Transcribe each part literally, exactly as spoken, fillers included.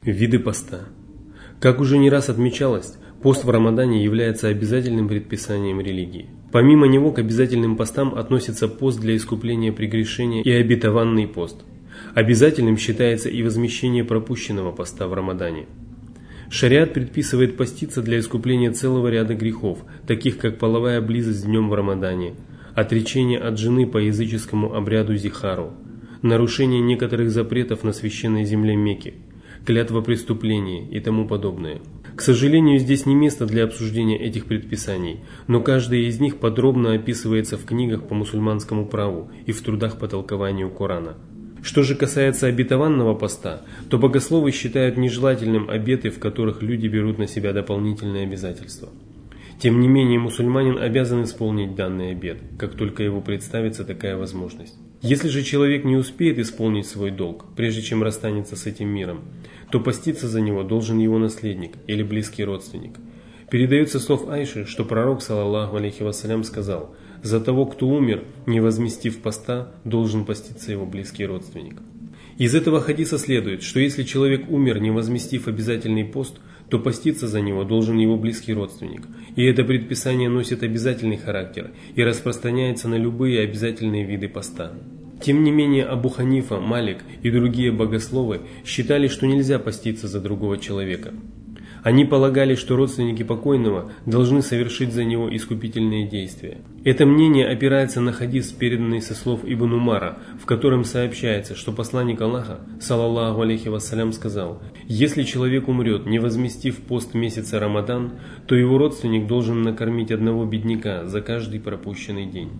Виды поста. Как уже не раз отмечалось, пост в Рамадане является обязательным предписанием религии. Помимо него к обязательным постам относится пост для искупления прегрешения и обетованный пост. Обязательным считается и возмещение пропущенного поста в Рамадане. Шариат предписывает поститься для искупления целого ряда грехов, таких как половая близость днем в Рамадане, отречение от жены по языческому обряду зихару, нарушение некоторых запретов на священной земле Мекки, клятва преступления и тому подобное. К сожалению, здесь не место для обсуждения этих предписаний, но каждое из них подробно описывается в книгах по мусульманскому праву и в трудах по толкованию Корана. Что же касается обетованного поста, то богословы считают нежелательным обеты, в которых люди берут на себя дополнительные обязательства. Тем не менее, мусульманин обязан исполнить данный обет, как только его представится такая возможность. Если же человек не успеет исполнить свой долг, прежде чем расстанется с этим миром, то поститься за него должен его наследник или близкий родственник. Передается слов Айши, что пророк, саллаллаху алейхи вассалям, сказал: «За того, кто умер, не возместив поста, должен поститься его близкий родственник». Из этого хадиса следует, что если человек умер, не возместив обязательный пост, то поститься за него должен его близкий родственник. И это предписание носит обязательный характер и распространяется на любые обязательные виды поста. Тем не менее, Абу Ханифа, Малик и другие богословы считали, что нельзя поститься за другого человека. Они полагали, что родственники покойного должны совершить за него искупительные действия. Это мнение опирается на хадис, переданный со слов Ибн Умара, в котором сообщается, что посланник Аллаха, саллаллаху алейхи вассалям, сказал: «Если человек умрет, не возместив пост месяца Рамадан, то его родственник должен накормить одного бедняка за каждый пропущенный день».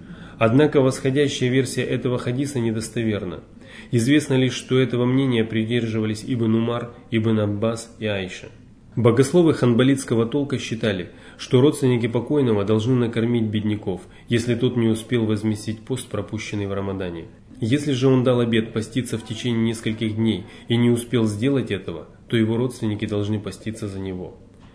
Однако восходящая версия этого хадиса недостоверна. Известно лишь, что этого мнения придерживались Ибн Умар, Ибн Аббас и Айша. Богословы ханбалитского толка считали, что родственники покойного должны накормить бедняков, если тот не успел возместить пост, пропущенный в Рамадане. Если же он дал обет поститься в течение нескольких дней и не успел сделать этого, то его родственники должны поститься за него.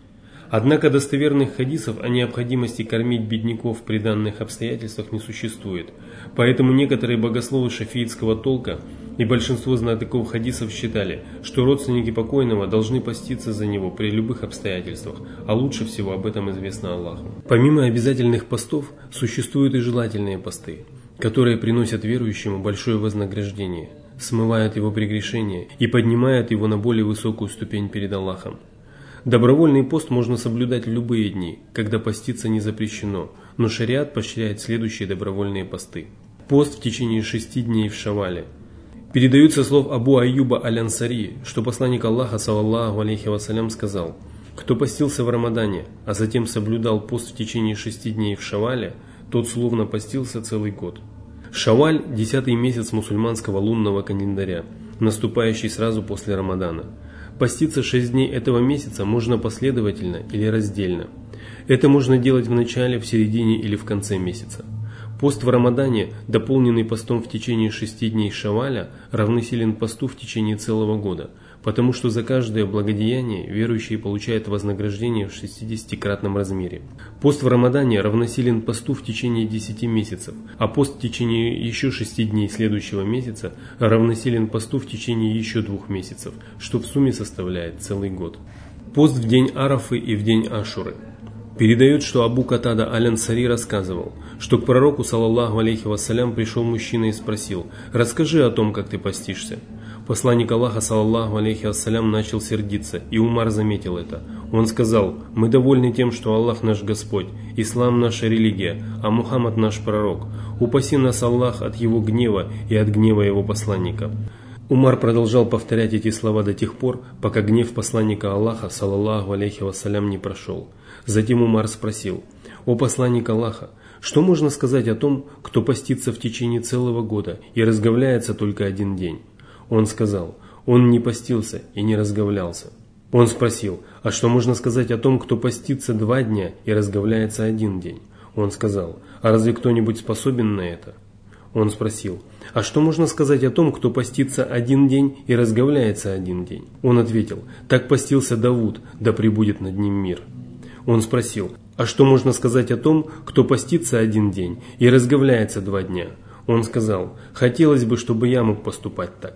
Однако достоверных хадисов о необходимости кормить бедняков при данных обстоятельствах не существует, поэтому некоторые богословы шафиитского толка и большинство знатоков хадисов считали, что родственники покойного должны поститься за него при любых обстоятельствах, а лучше всего об этом известно Аллаху. Помимо обязательных постов, существуют и желательные посты, которые приносят верующему большое вознаграждение, смывают его прегрешения и поднимают его на более высокую ступень перед Аллахом. Добровольный пост можно соблюдать в любые дни, когда поститься не запрещено, но шариат поощряет следующие добровольные посты. Пост в течение шести дней в Шавале. Передаются слов Абу Аюба аль-Ансари, что посланник Аллаха, саллаллаху алейхи вассалям, сказал: «Кто постился в Рамадане, а затем соблюдал пост в течение шести дней в Шавале, тот словно постился целый год». Шаваль – десятый месяц мусульманского лунного календаря, наступающий сразу после Рамадана. Поститься шесть дней этого месяца можно последовательно или раздельно. Это можно делать в начале, в середине или в конце месяца. Пост в Рамадане, дополненный постом в течение шести дней Шаваля, равносилен посту в течение целого года, потому что за каждое благодеяние верующие получают вознаграждение в шестидесятикратном размере. Пост в Рамадане равносилен посту в течение десяти месяцев, а пост в течение еще шести дней следующего месяца равносилен посту в течение еще двух месяцев, что в сумме составляет целый год. Пост в день Арафы и в день Ашуры. Передают, что Абу Катада аль-Ансари рассказывал, что к пророку, саллаллаху алейхи вассалям, пришел мужчина и спросил: «Расскажи о том, как ты постишься». Посланник Аллаха, саллаллаху алейхи вассалям, начал сердиться, и Умар заметил это. Он сказал: «Мы довольны тем, что Аллах наш Господь, Ислам наша религия, а Мухаммад наш пророк. Упаси нас Аллах от его гнева и от гнева его посланника». Умар продолжал повторять эти слова до тех пор, пока гнев посланника Аллаха, саллаллаху алейхи вассалям, не прошел. Затем Умар спросил: «О посланник Аллаха, что можно сказать о том, кто постится в течение целого года и разговляется только один день?» Он сказал: «Он не постился и не разговлялся». Он спросил: «А что можно сказать о том, кто постится два дня и разговляется один день?» Он сказал: «А разве кто-нибудь способен на это?» Он спросил: «А что можно сказать о том, кто постится один день и разговляется один день?» Он ответил: «Так постился Давуд, да пребудет над ним мир». Он спросил: «А что можно сказать о том, кто постится один день и разговляется два дня?» Он сказал: «Хотелось бы, чтобы я мог поступать так».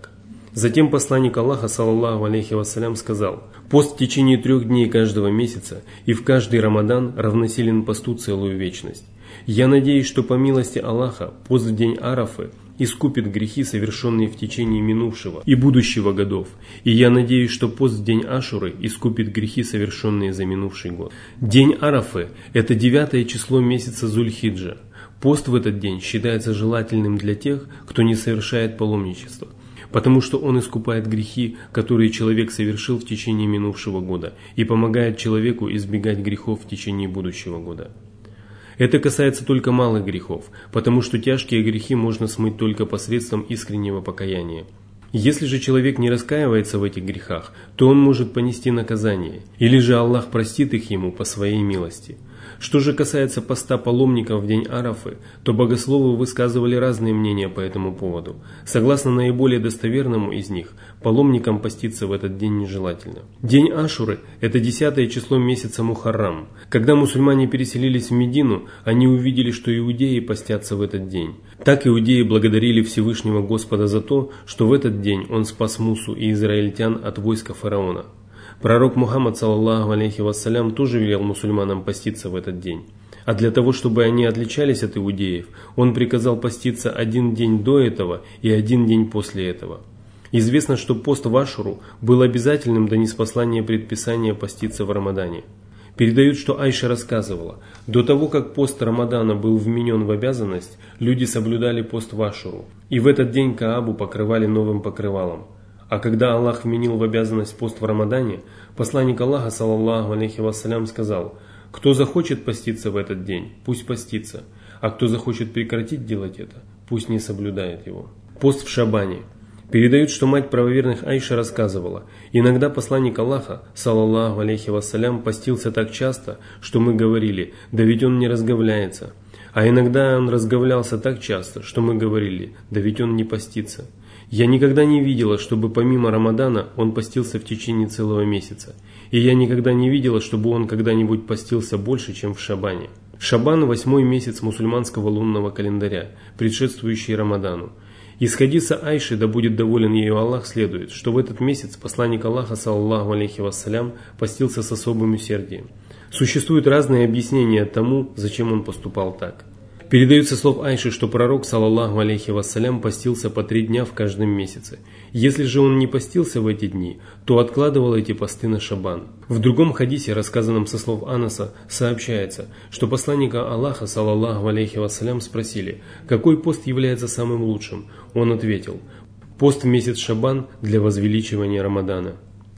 Затем посланник Аллаха, саллаллаху алейхи вассалям, сказал: «Пост в течение трех дней каждого месяца и в каждый Рамадан равносилен посту целую вечность. Я надеюсь, что по милости Аллаха пост в день Арафы искупит грехи, совершенные в течение минувшего и будущего годов, и я надеюсь, что пост в день Ашуры искупит грехи, совершенные за минувший год». День Арафы – это девятое число месяца Зуль-Хиджа. Пост в этот день считается желательным для тех, кто не совершает паломничество, потому что он искупает грехи, которые человек совершил в течение минувшего года, и помогает человеку избегать грехов в течение будущего года. Это касается только малых грехов, потому что тяжкие грехи можно смыть только посредством искреннего покаяния. Если же человек не раскаивается в этих грехах, то он может понести наказание, или же Аллах простит их ему по своей милости. Что же касается поста паломников в день Арафы, то богословы высказывали разные мнения по этому поводу. Согласно наиболее достоверному из них, паломникам поститься в этот день нежелательно. День Ашуры – это десятое число месяца Мухаррам. Когда мусульмане переселились в Медину, они увидели, что иудеи постятся в этот день. Так иудеи благодарили Всевышнего Господа за то, что в этот день Он спас Мусу и израильтян от войска фараона. Пророк Мухаммад, саллаллаху алейхи вассалям, тоже велел мусульманам поститься в этот день. А для того, чтобы они отличались от иудеев, он приказал поститься один день до этого и один день после этого. Известно, что пост в Ашуру был обязательным до ниспослания предписания поститься в Рамадане. Передают, что Айша рассказывала: до того, как пост Рамадана был вменен в обязанность, люди соблюдали пост в Ашуру, и в этот день Каабу покрывали новым покрывалом. А когда Аллах вменил в обязанность пост в Рамадане, посланник Аллаха, саллаллаху алейхи вассалям, сказал: «Кто захочет поститься в этот день, пусть постится, а кто захочет прекратить делать это, пусть не соблюдает его». Пост в Шабане. Передают, что мать правоверных Айша рассказывала: иногда посланник Аллаха, саллаллаху алейхи вассалям, постился так часто, что мы говорили: да ведь он не разговляется. А иногда он разговлялся так часто, что мы говорили: да ведь он не постится. Я никогда не видела, чтобы помимо Рамадана он постился в течение целого месяца. И я никогда не видела, чтобы он когда-нибудь постился больше, чем в Шабане. Шабан – восьмой месяц мусульманского лунного календаря, предшествующий Рамадану. Из хадиса Айши, да будет доволен ею Аллах, следует, что в этот месяц посланник Аллаха, саллаллаху алейхи вассалям, постился с особым усердием. Существуют разные объяснения тому, зачем он поступал так. Передается слов Айши, что пророк, саллаллаху алейхи вассалям, постился по три дня в каждом месяце. Если же он не постился в эти дни, то откладывал эти посты на Шабан. В другом хадисе, рассказанном со слов Анаса, сообщается, что посланника Аллаха, саллаллаху алейхи вассалям, спросили: какой пост является самым лучшим? Он ответил: пост в месяц Шабан для возвеличивания Рамадана.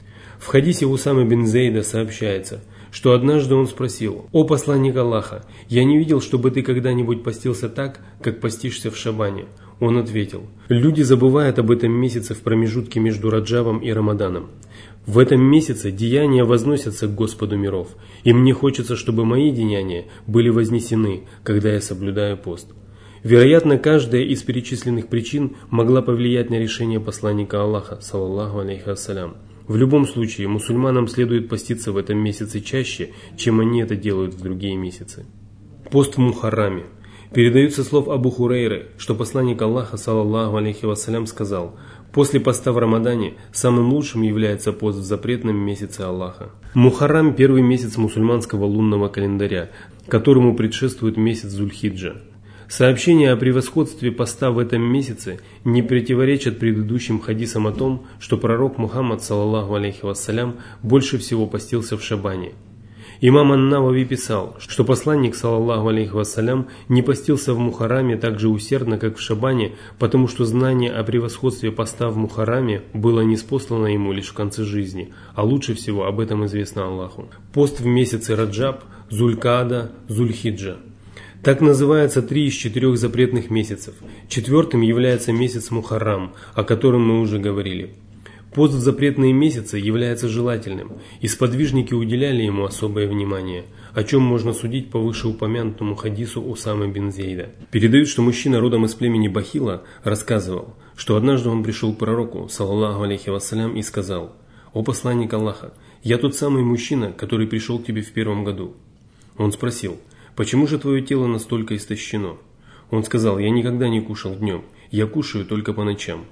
В хадисе Усамы бин Зейда сообщается, что однажды он спросил: «О посланник Аллаха, я не видел, чтобы ты когда-нибудь постился так, как постишься в Шабане». Он ответил: «Люди забывают об этом месяце в промежутке между Раджабом и Рамаданом. В этом месяце деяния возносятся к Господу миров, и мне хочется, чтобы мои деяния были вознесены, когда я соблюдаю пост». Вероятно, каждая из перечисленных причин могла повлиять на решение посланника Аллаха, саллаллаху алейхи вассалям. В любом случае, мусульманам следует поститься в этом месяце чаще, чем они это делают в другие месяцы. Пост в Мухарраме. Передаются слов Абу Хурейры, что посланник Аллаха, саллаллаху алейхи вассалям, сказал: после поста в Рамадане самым лучшим является пост в запретном месяце Аллаха. Мухаррам – первый месяц мусульманского лунного календаря, которому предшествует месяц Зуль-Хиджа. Сообщения о превосходстве поста в этом месяце не противоречат предыдущим хадисам о том, что пророк Мухаммад, саллаллаху алейхи вассалям, больше всего постился в Шабане. Имам ан-Навави писал, что посланник, саллаллаху алейхи вассалям, не постился в Мухарраме так же усердно, как в Шабане, потому что знание о превосходстве поста в Мухарраме было ниспослано ему лишь в конце жизни, а лучше всего об этом известно Аллаху. Пост в месяце Раджаб, Зуль-Каада, Зуль-Хиджа. Так называется три из четырех запретных месяцев. Четвертым является месяц Мухаррам, о котором мы уже говорили. Пост в запретные месяцы является желательным, и сподвижники уделяли ему особое внимание, о чем можно судить по вышеупомянутому хадису Усамы бин Зейда. Передают, что мужчина родом из племени Бахила рассказывал, что однажды он пришел к пророку, саллаллаху алейхи вассалям, и сказал: «О посланник Аллаха, я тот самый мужчина, который пришел к тебе в первом году». Он спросил: «Почему же твое тело настолько истощено?» Он сказал: «Я никогда не кушал днем, я кушаю только по ночам».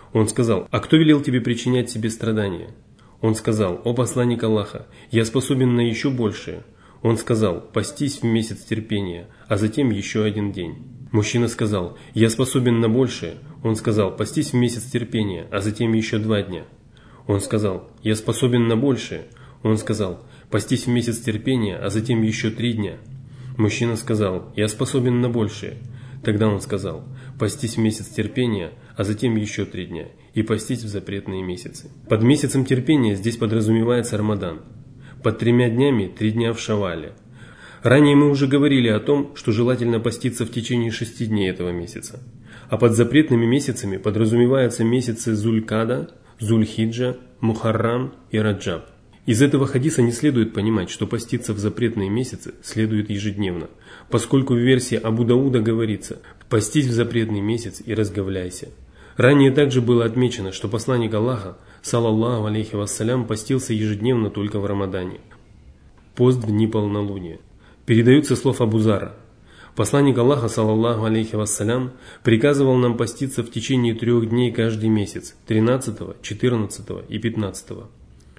Он сказал: «А кто велел тебе причинять себе страдания?» Он сказал: «О посланник Аллаха, я способен на еще большее». Он сказал: «Постись в месяц терпения, а затем еще один день». Мужчина сказал: «Я способен на большее». Он сказал: «Постись в месяц терпения, а затем еще два дня». Он сказал: «Я способен на большее». Он сказал: «Постись в месяц терпения, а затем еще три дня». Мужчина сказал: «Я способен на большее». Тогда он сказал: «Постись в месяц терпения, а затем еще три дня, и постись в запретные месяцы». Под месяцем терпения здесь подразумевается Рамадан. Под тремя днями три дня в Шавале. Ранее мы уже говорили о том, что желательно поститься в течение шести дней этого месяца. А под запретными месяцами подразумеваются месяцы Зуль-Када, Зуль-Хиджа, Мухаррам и Раджаб. Из этого хадиса не следует понимать, что поститься в запретные месяцы следует ежедневно, поскольку в версии Абу Дауда говорится: «Постись в запретный месяц и разговляйся». Ранее также было отмечено, что посланник Аллаха, саллаллаху алейхи вассалям, постился ежедневно только в Рамадане. Пост в дни полнолуния. Передают со слов Абу Зара: посланник Аллаха, саллаллаху алейхи вассалям, приказывал нам поститься в течение трех дней каждый месяц, тринадцатого, четырнадцатого и пятнадцатого.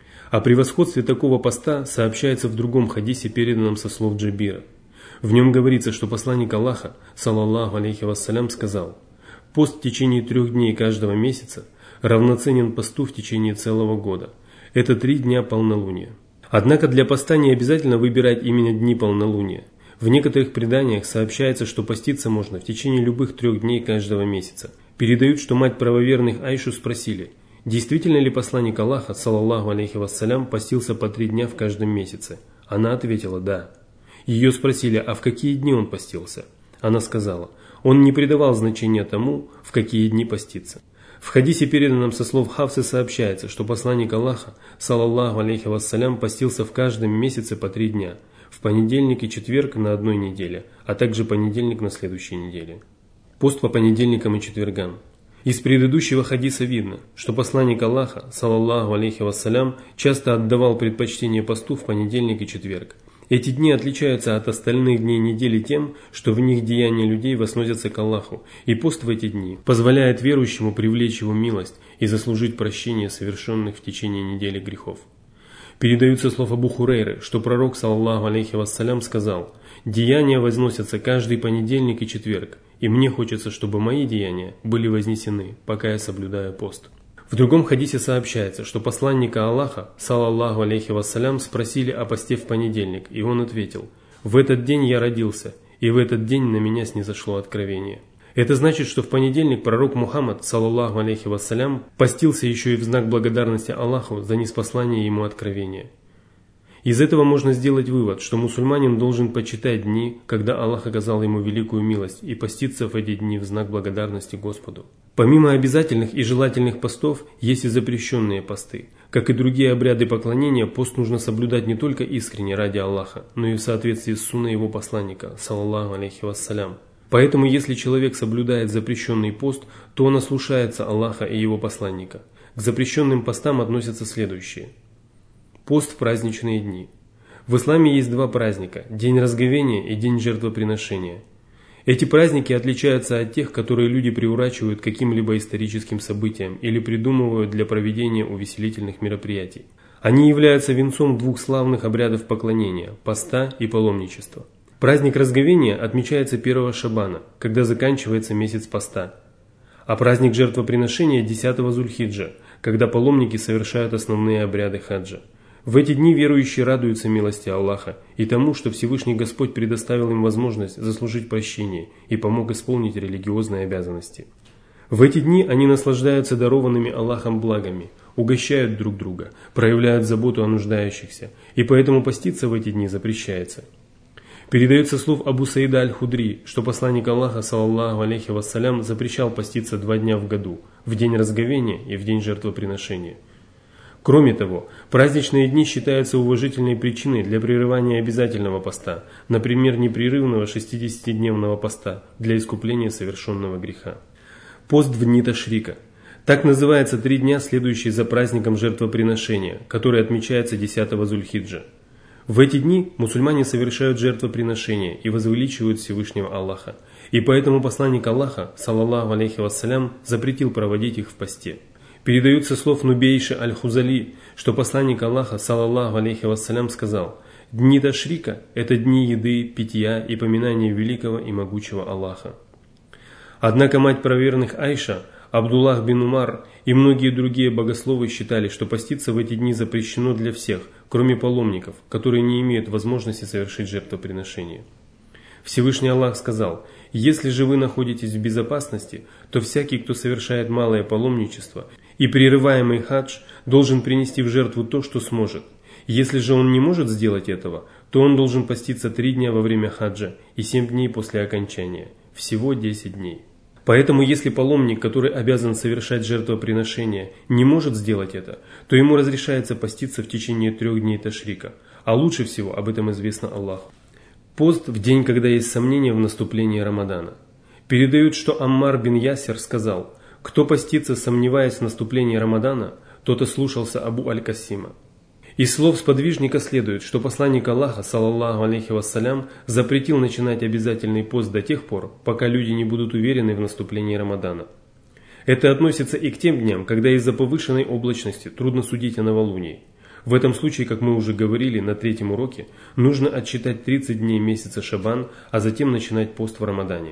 О превосходстве такого поста сообщается в другом хадисе, переданном со слов Джабира. В нем говорится, что посланник Аллаха, саллаллаху алейхи вассалям, сказал: «Пост в течение трех дней каждого месяца равноценен посту в течение целого года. Это три дня полнолуния». Однако для поста не обязательно выбирать именно дни полнолуния. В некоторых преданиях сообщается, что поститься можно в течение любых трех дней каждого месяца. Передают, что мать правоверных Айшу спросили: действительно ли посланник Аллаха, саллаллаху алейхи вассалям, постился по три дня в каждом месяце? Она ответила: да. Ее спросили: а в какие дни он постился? Она сказала: он не придавал значения тому, в какие дни поститься. В хадисе, переданном со слов Хафсы, сообщается, что посланник Аллаха, саллаллаху алейхи вассалям, постился в каждом месяце по три дня, в понедельник и четверг на одной неделе, а также понедельник на следующей неделе. Пост по понедельникам и четвергам. Из предыдущего хадиса видно, что посланник Аллаха, саллаллаху алейхи вассалям, часто отдавал предпочтение посту в понедельник и четверг. Эти дни отличаются от остальных дней недели тем, что в них деяния людей возносятся к Аллаху, и пост в эти дни позволяет верующему привлечь его милость и заслужить прощение совершенных в течение недели грехов. Передаются слов Абу Хурейры, что пророк, саллаллаху алейхи вассалям, сказал: «Деяния возносятся каждый понедельник и четверг, и мне хочется, чтобы мои деяния были вознесены, пока я соблюдаю пост». В другом хадисе сообщается, что посланника Аллаха, саллаллаху алейхи вассалям, спросили о посте в понедельник, и он ответил: «В этот день я родился, и в этот день на меня снизошло откровение». Это значит, что в понедельник пророк Мухаммад, саллаллаху алейхи вассалям, постился еще и в знак благодарности Аллаху за ниспослание ему откровения. Из этого можно сделать вывод, что мусульманин должен почитать дни, когда Аллах оказал ему великую милость, и поститься в эти дни в знак благодарности Господу. Помимо обязательных и желательных постов, есть и запрещенные посты. Как и другие обряды поклонения, пост нужно соблюдать не только искренне ради Аллаха, но и в соответствии с сунной его посланника, саллаллаху алейхи вассалям. Поэтому, если человек соблюдает запрещенный пост, то он ослушается Аллаха и его посланника. К запрещенным постам относятся следующие. Пост в праздничные дни. В исламе есть два праздника – День разговения и День жертвоприношения. Эти праздники отличаются от тех, которые люди приурачивают к каким-либо историческим событиям или придумывают для проведения увеселительных мероприятий. Они являются венцом двух славных обрядов поклонения – поста и паломничества. Праздник разговения отмечается первого Шабана, когда заканчивается месяц поста. А праздник жертвоприношения – десятого Зуль-Хиджа, когда паломники совершают основные обряды хаджа. В эти дни верующие радуются милости Аллаха и тому, что Всевышний Господь предоставил им возможность заслужить прощение и помог исполнить религиозные обязанности. В эти дни они наслаждаются дарованными Аллахом благами, угощают друг друга, проявляют заботу о нуждающихся, и поэтому поститься в эти дни запрещается. Передается слов Абу Саида аль-Худри, что посланник Аллаха, саллаллаху алейхи вассалям, запрещал поститься два дня в году, в день разговения и в день жертвоприношения. Кроме того, праздничные дни считаются уважительной причиной для прерывания обязательного поста, например, непрерывного шестидесятидневного поста для искупления совершенного греха. Пост в дни Ташрика. Так называется три дня, следующие за праздником жертвоприношения, который отмечается десятого Зуль-Хиджа. В эти дни мусульмане совершают жертвоприношения и возвеличивают Всевышнего Аллаха. И поэтому посланник Аллаха, саллаллаху алейхи вассалям, запретил проводить их в посте. Передаются слов Нубейши аль-Хузали, что посланник Аллаха, саллаллаху алейхи вассалям, сказал: «Дни Ташрика – это дни еды, питья и поминания великого и могучего Аллаха». Однако мать правоверных Айша, Абдуллах бин Умар и многие другие богословы считали, что поститься в эти дни запрещено для всех, кроме паломников, которые не имеют возможности совершить жертвоприношение. Всевышний Аллах сказал: «Если же вы находитесь в безопасности, то всякий, кто совершает малое паломничество и прерываемый хадж, должен принести в жертву то, что сможет. Если же он не может сделать этого, то он должен поститься три дня во время хаджа и семь дней после окончания, всего десять дней». Поэтому, если паломник, который обязан совершать жертвоприношение, не может сделать это, то ему разрешается поститься в течение трех дней Ташрика, а лучше всего об этом известно Аллаху. Пост в день, когда есть сомнения в наступлении Рамадана. Передают, что Аммар бин Ясир сказал: «Кто постится, сомневаясь в наступлении Рамадана, тот ослушался Абу аль-Касима». Из слов сподвижника следует, что посланник Аллаха, саллаллаху алейхи вассалям, запретил начинать обязательный пост до тех пор, пока люди не будут уверены в наступлении Рамадана. Это относится и к тем дням, когда из-за повышенной облачности трудно судить о новолунии. В этом случае, как мы уже говорили на третьем уроке, нужно отсчитать тридцать дней месяца Шабан, а затем начинать пост в Рамадане.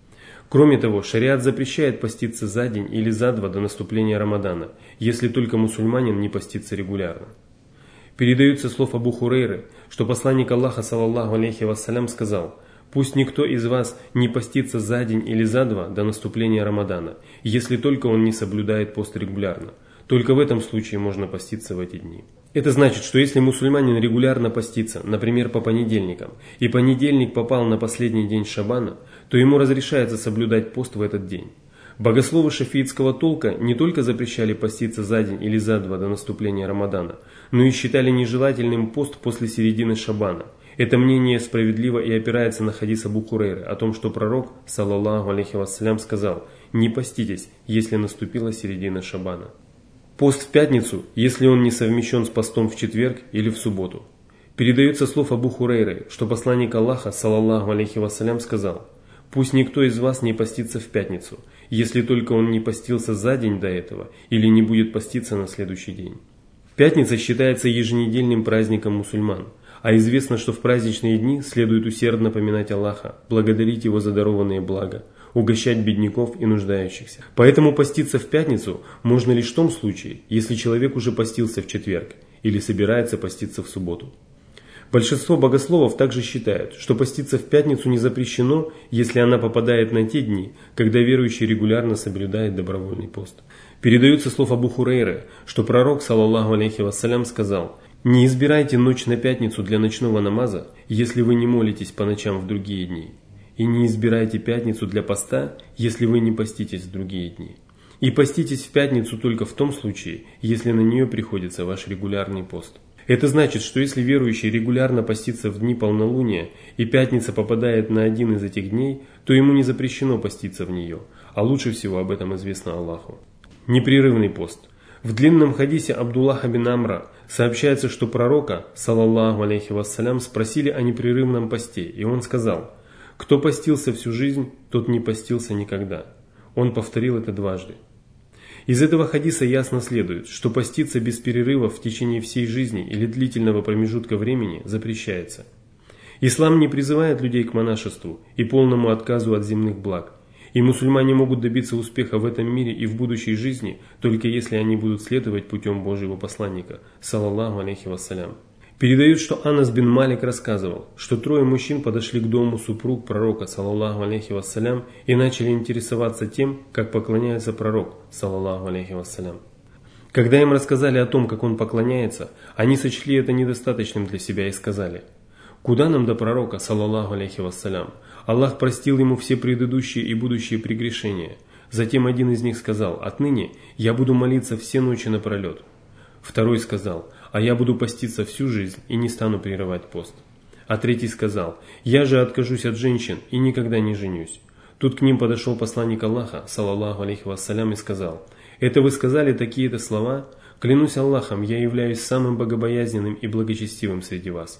Кроме того, шариат запрещает поститься за день или за два до наступления Рамадана, если только мусульманин не постится регулярно. Передаются слов Абу Хурейры, что посланник Аллаха, саллаллаху алейхи вассалям, сказал: «Пусть никто из вас не постится за день или за два до наступления Рамадана, если только он не соблюдает пост регулярно. Только в этом случае можно поститься в эти дни». Это значит, что если мусульманин регулярно постится, например, по понедельникам, и понедельник попал на последний день Шабана, то ему разрешается соблюдать пост в этот день. Богословы шафиитского толка не только запрещали поститься за день или за два до наступления Рамадана, но и считали нежелательным пост после середины Шабана. Это мнение справедливо и опирается на хадис Абу Хурейры о том, что пророк, саллаллаху алейхи вассалям, сказал: «Не поститесь, если наступила середина Шабана». Пост в пятницу, если он не совмещен с постом в четверг или в субботу. Передается слов Абу Хурейры, что посланник Аллаха, саллаллаху алейхи вассалям, сказал: «Пусть никто из вас не постится в пятницу, если только он не постился за день до этого или не будет поститься на следующий день». Пятница считается еженедельным праздником мусульман, а известно, что в праздничные дни следует усердно поминать Аллаха, благодарить Его за дарованные блага, угощать бедняков и нуждающихся. Поэтому поститься в пятницу можно лишь в том случае, если человек уже постился в четверг или собирается поститься в субботу. Большинство богословов также считают, что поститься в пятницу не запрещено, если она попадает на те дни, когда верующий регулярно соблюдает добровольный пост. Передаются слов Абу Хурейры, что пророк, саллаллаху алейхи вассалям, сказал: «Не избирайте ночь на пятницу для ночного намаза, если вы не молитесь по ночам в другие дни. И не избирайте пятницу для поста, если вы не поститесь в другие дни. И поститесь в пятницу только в том случае, если на нее приходится ваш регулярный пост». Это значит, что если верующий регулярно постится в дни полнолуния, и пятница попадает на один из этих дней, то ему не запрещено поститься в нее, а лучше всего об этом известно Аллаху. Непрерывный пост. В длинном хадисе Абдуллаха бин Амра сообщается, что пророка, саллаллаху алейхи вассалям, спросили о непрерывном посте, и он сказал: «Кто постился всю жизнь, тот не постился никогда». Он повторил это дважды. Из этого хадиса ясно следует, что поститься без перерыва в течение всей жизни или длительного промежутка времени запрещается. Ислам не призывает людей к монашеству и полному отказу от земных благ, и мусульмане могут добиться успеха в этом мире и в будущей жизни, только если они будут следовать путем Божьего посланника, саллаллаху алейхи вассалям. Передают, что Анас бин Малик рассказывал, что трое мужчин подошли к дому супруг пророка, саллаллаху алейхи вассалям, и начали интересоваться тем, как поклоняется пророк, саллаллаху алейхи вассалям. Когда им рассказали о том, как он поклоняется, они сочли это недостаточным для себя и сказали: «Куда нам до пророка, саллаллаху алейхи вассалям? Аллах простил ему все предыдущие и будущие прегрешения». Затем один из них сказал: «Отныне я буду молиться все ночи напролет». Второй сказал: «А я буду поститься всю жизнь и не стану прерывать пост». А третий сказал: «Я же откажусь от женщин и никогда не женюсь». Тут к ним подошел посланник Аллаха, саллаллаху алейхи вассалям, и сказал: «Это вы сказали такие-то слова? Клянусь Аллахом, я являюсь самым богобоязненным и благочестивым среди вас».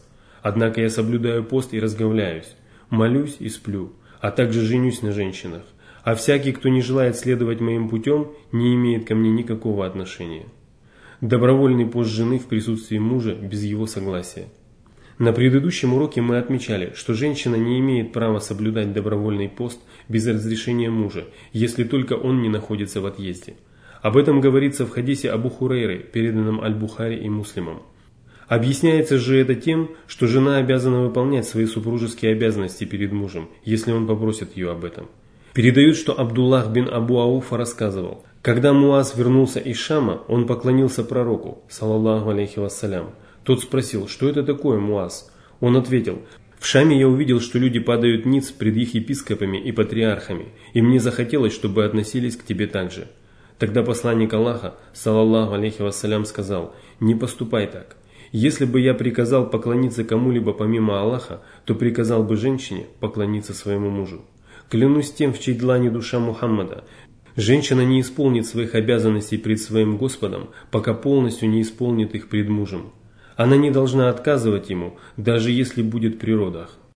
Однако я соблюдаю пост и разговляюсь, молюсь и сплю, а также женюсь на женщинах. А всякий, кто не желает следовать моим путем, не имеет ко мне никакого отношения. Добровольный пост жены в присутствии мужа без его согласия. На предыдущем уроке мы отмечали, что женщина не имеет права соблюдать добровольный пост без разрешения мужа, если только он не находится в отъезде. Об этом говорится в хадисе Абу Хурейры, переданном Аль-Бухари и Муслимом. Объясняется же это тем, что жена обязана выполнять свои супружеские обязанности перед мужем, если он попросит ее об этом. Передают, что Абдуллах бин Абу Ауфа рассказывал, когда Муаз вернулся из Шама, он поклонился пророку, саллаллаху алейхи вассалям. Тот спросил, что это такое, Муаз? Он ответил, в Шаме я увидел, что люди падают ниц пред их епископами и патриархами, и мне захотелось, чтобы относились к тебе так же. Тогда посланник Аллаха, саллаллаху алейхи вассалям, сказал, не поступай так. Если бы я приказал поклониться кому-либо помимо Аллаха, то приказал бы женщине поклониться своему мужу. Клянусь тем, в чьей длани душа Мухаммада, женщина не исполнит своих обязанностей пред своим Господом, пока полностью не исполнит их пред мужем. Она не должна отказывать ему, даже если будет при родах.